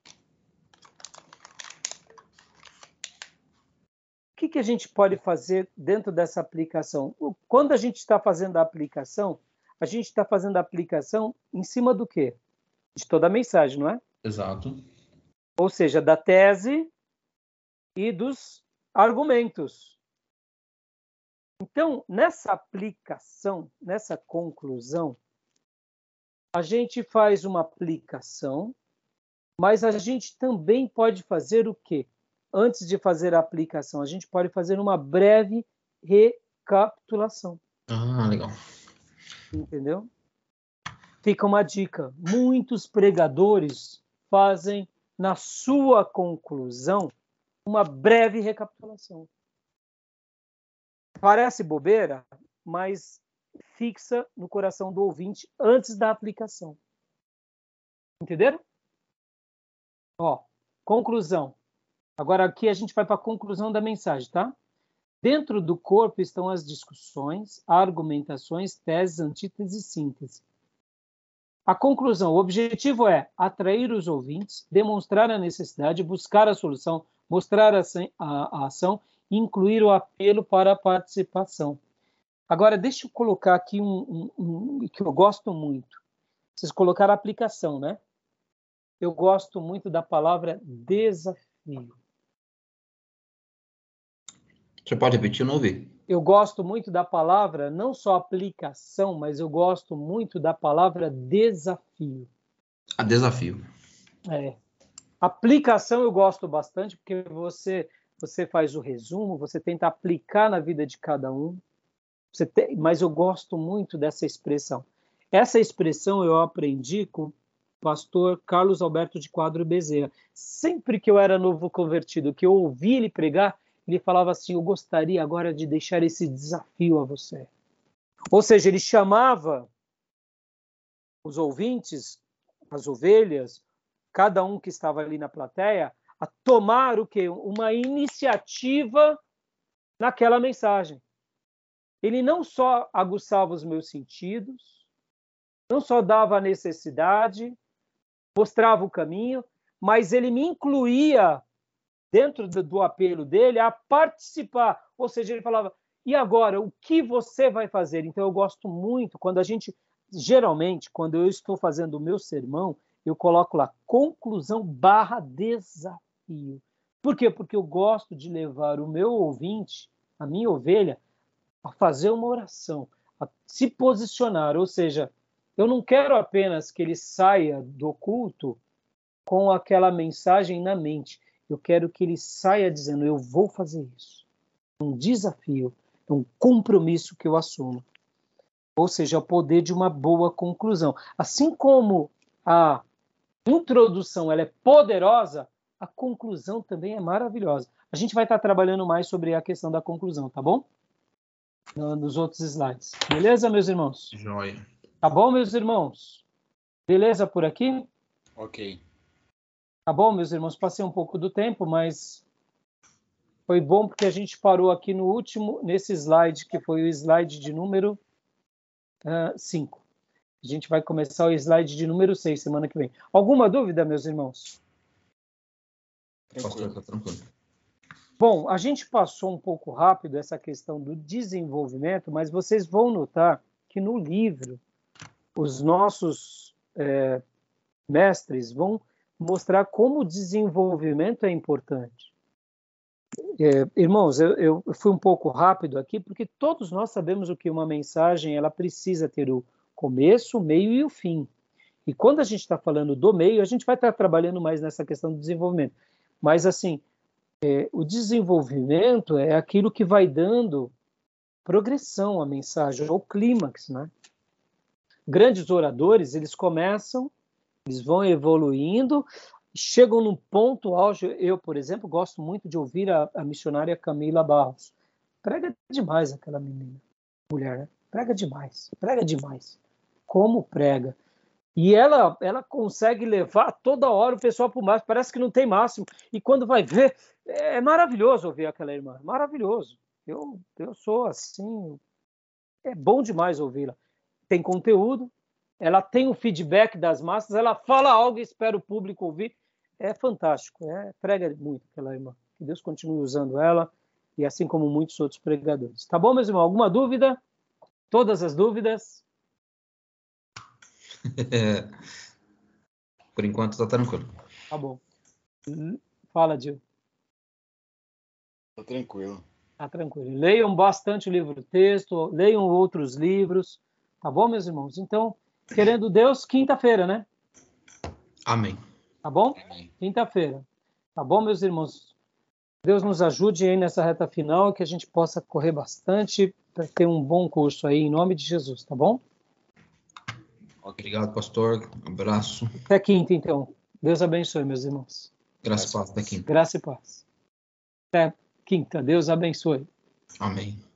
[SPEAKER 1] O que, que a gente pode fazer dentro dessa aplicação? Quando a gente está fazendo a aplicação, a gente está fazendo a aplicação em cima do quê? De toda a mensagem, não é?
[SPEAKER 2] Exato.
[SPEAKER 1] Ou seja, da tese e dos argumentos. Então, nessa aplicação, nessa conclusão, a gente faz uma aplicação, mas a gente também pode fazer o quê? Antes de fazer a aplicação, a gente pode fazer uma breve recapitulação.
[SPEAKER 2] Ah, legal.
[SPEAKER 1] Entendeu? Fica uma dica. Muitos pregadores fazem, na sua conclusão, uma breve recapitulação. Parece bobeira, mas fixa no coração do ouvinte antes da aplicação. Entenderam? Ó, conclusão. Agora aqui a gente vai para a conclusão da mensagem, tá? Dentro do corpo estão as discussões, argumentações, teses, antíteses e síntese. A conclusão, o objetivo é atrair os ouvintes, demonstrar a necessidade, buscar a solução, mostrar a, a, a ação, incluir o apelo para a participação. Agora, deixa eu colocar aqui um, um, um que eu gosto muito. Vocês colocaram a aplicação, né? Eu gosto muito da palavra desafio.
[SPEAKER 2] Você pode repetir? Eu não ouvi.
[SPEAKER 1] Eu gosto muito da palavra, não só aplicação, mas eu gosto muito da palavra desafio.
[SPEAKER 2] A desafio.
[SPEAKER 1] É. Aplicação eu gosto bastante, porque você, você faz o resumo, você tenta aplicar na vida de cada um. Você tem, mas eu gosto muito dessa expressão. Essa expressão eu aprendi com o pastor Carlos Alberto de Quadro Bezerra. Sempre que eu era novo convertido, que eu ouvi ele pregar, ele falava assim, eu gostaria agora de deixar esse desafio a você. Ou seja, ele chamava os ouvintes, as ovelhas, cada um que estava ali na plateia, a tomar o quê? Uma iniciativa naquela mensagem. Ele não só aguçava os meus sentidos, não só dava a necessidade, mostrava o caminho, mas ele me incluía dentro do, do apelo dele, a participar. Ou seja, ele falava, e agora, o que você vai fazer? Então, eu gosto muito, quando a gente, geralmente, quando eu estou fazendo o meu sermão, eu coloco lá, conclusão barra desafio. Por quê? Porque eu gosto de levar o meu ouvinte, a minha ovelha, a fazer uma oração, a se posicionar. Ou seja, eu não quero apenas que ele saia do culto com aquela mensagem na mente. Eu quero que ele saia dizendo, eu vou fazer isso. Um desafio, um compromisso que eu assumo. Ou seja, o poder de uma boa conclusão. Assim como a introdução ela é poderosa, a conclusão também é maravilhosa. A gente vai estar trabalhando mais sobre a questão da conclusão, tá bom? Nos outros slides. Beleza, meus irmãos?
[SPEAKER 2] Joia.
[SPEAKER 1] Tá bom, meus irmãos? Beleza por aqui?
[SPEAKER 3] Ok.
[SPEAKER 1] Tá bom, meus irmãos? Passei um pouco do tempo, mas Foi bom porque a gente parou aqui no último, nesse slide, que foi o slide de número cinco. Uh, a gente vai começar o slide de número seis semana que vem. Alguma dúvida, meus irmãos?
[SPEAKER 2] Pastor, tá tranquilo.
[SPEAKER 1] Bom, a gente passou um pouco rápido essa questão do desenvolvimento, mas vocês vão notar que no livro os nossos é, mestres vão mostrar como o desenvolvimento é importante. É, irmãos, eu, eu fui um pouco rápido aqui, porque todos nós sabemos o que uma mensagem ela precisa ter o começo, o meio e o fim. E quando a gente está falando do meio, a gente vai estar trabalhando mais nessa questão do desenvolvimento. Mas, assim, é, o desenvolvimento é aquilo que vai dando progressão à mensagem, ao clímax, né? Grandes oradores, eles começam, eles vão evoluindo, chegam num ponto auge. Eu, por exemplo, gosto muito de ouvir a, a missionária Camila Barros. Prega demais aquela menina, mulher, né? Prega demais, prega demais. Como prega. E ela, ela consegue levar toda hora o pessoal para o máximo, parece que não tem máximo. E quando vai ver, é maravilhoso ouvir aquela irmã, maravilhoso. Eu, eu sou assim, é bom demais ouvi-la. Tem conteúdo, ela tem o feedback das massas, ela fala algo e espera o público ouvir. É fantástico, é, prega muito aquela irmã. Que Deus continue usando ela, e assim como muitos outros pregadores. Tá bom, meus irmãos? Alguma dúvida? Todas as dúvidas?
[SPEAKER 2] Por enquanto tá tranquilo.
[SPEAKER 1] Tá bom. Fala, Gil.
[SPEAKER 3] Tá tranquilo.
[SPEAKER 1] Tá tranquilo. Leiam bastante o livro-texto, leiam outros livros. Tá bom, meus irmãos? Então, querendo Deus, quinta-feira, né?
[SPEAKER 2] Amém.
[SPEAKER 1] Tá bom?
[SPEAKER 2] Amém.
[SPEAKER 1] Quinta-feira. Tá bom, meus irmãos? Deus nos ajude aí nessa reta final, que a gente possa correr bastante para ter um bom curso aí, em nome de Jesus, tá bom?
[SPEAKER 2] Obrigado, pastor. Um abraço.
[SPEAKER 1] Até quinta, então. Deus abençoe, meus irmãos.
[SPEAKER 2] Graça e paz. Até quinta.
[SPEAKER 1] Graça e paz. Até quinta. Deus abençoe.
[SPEAKER 2] Amém.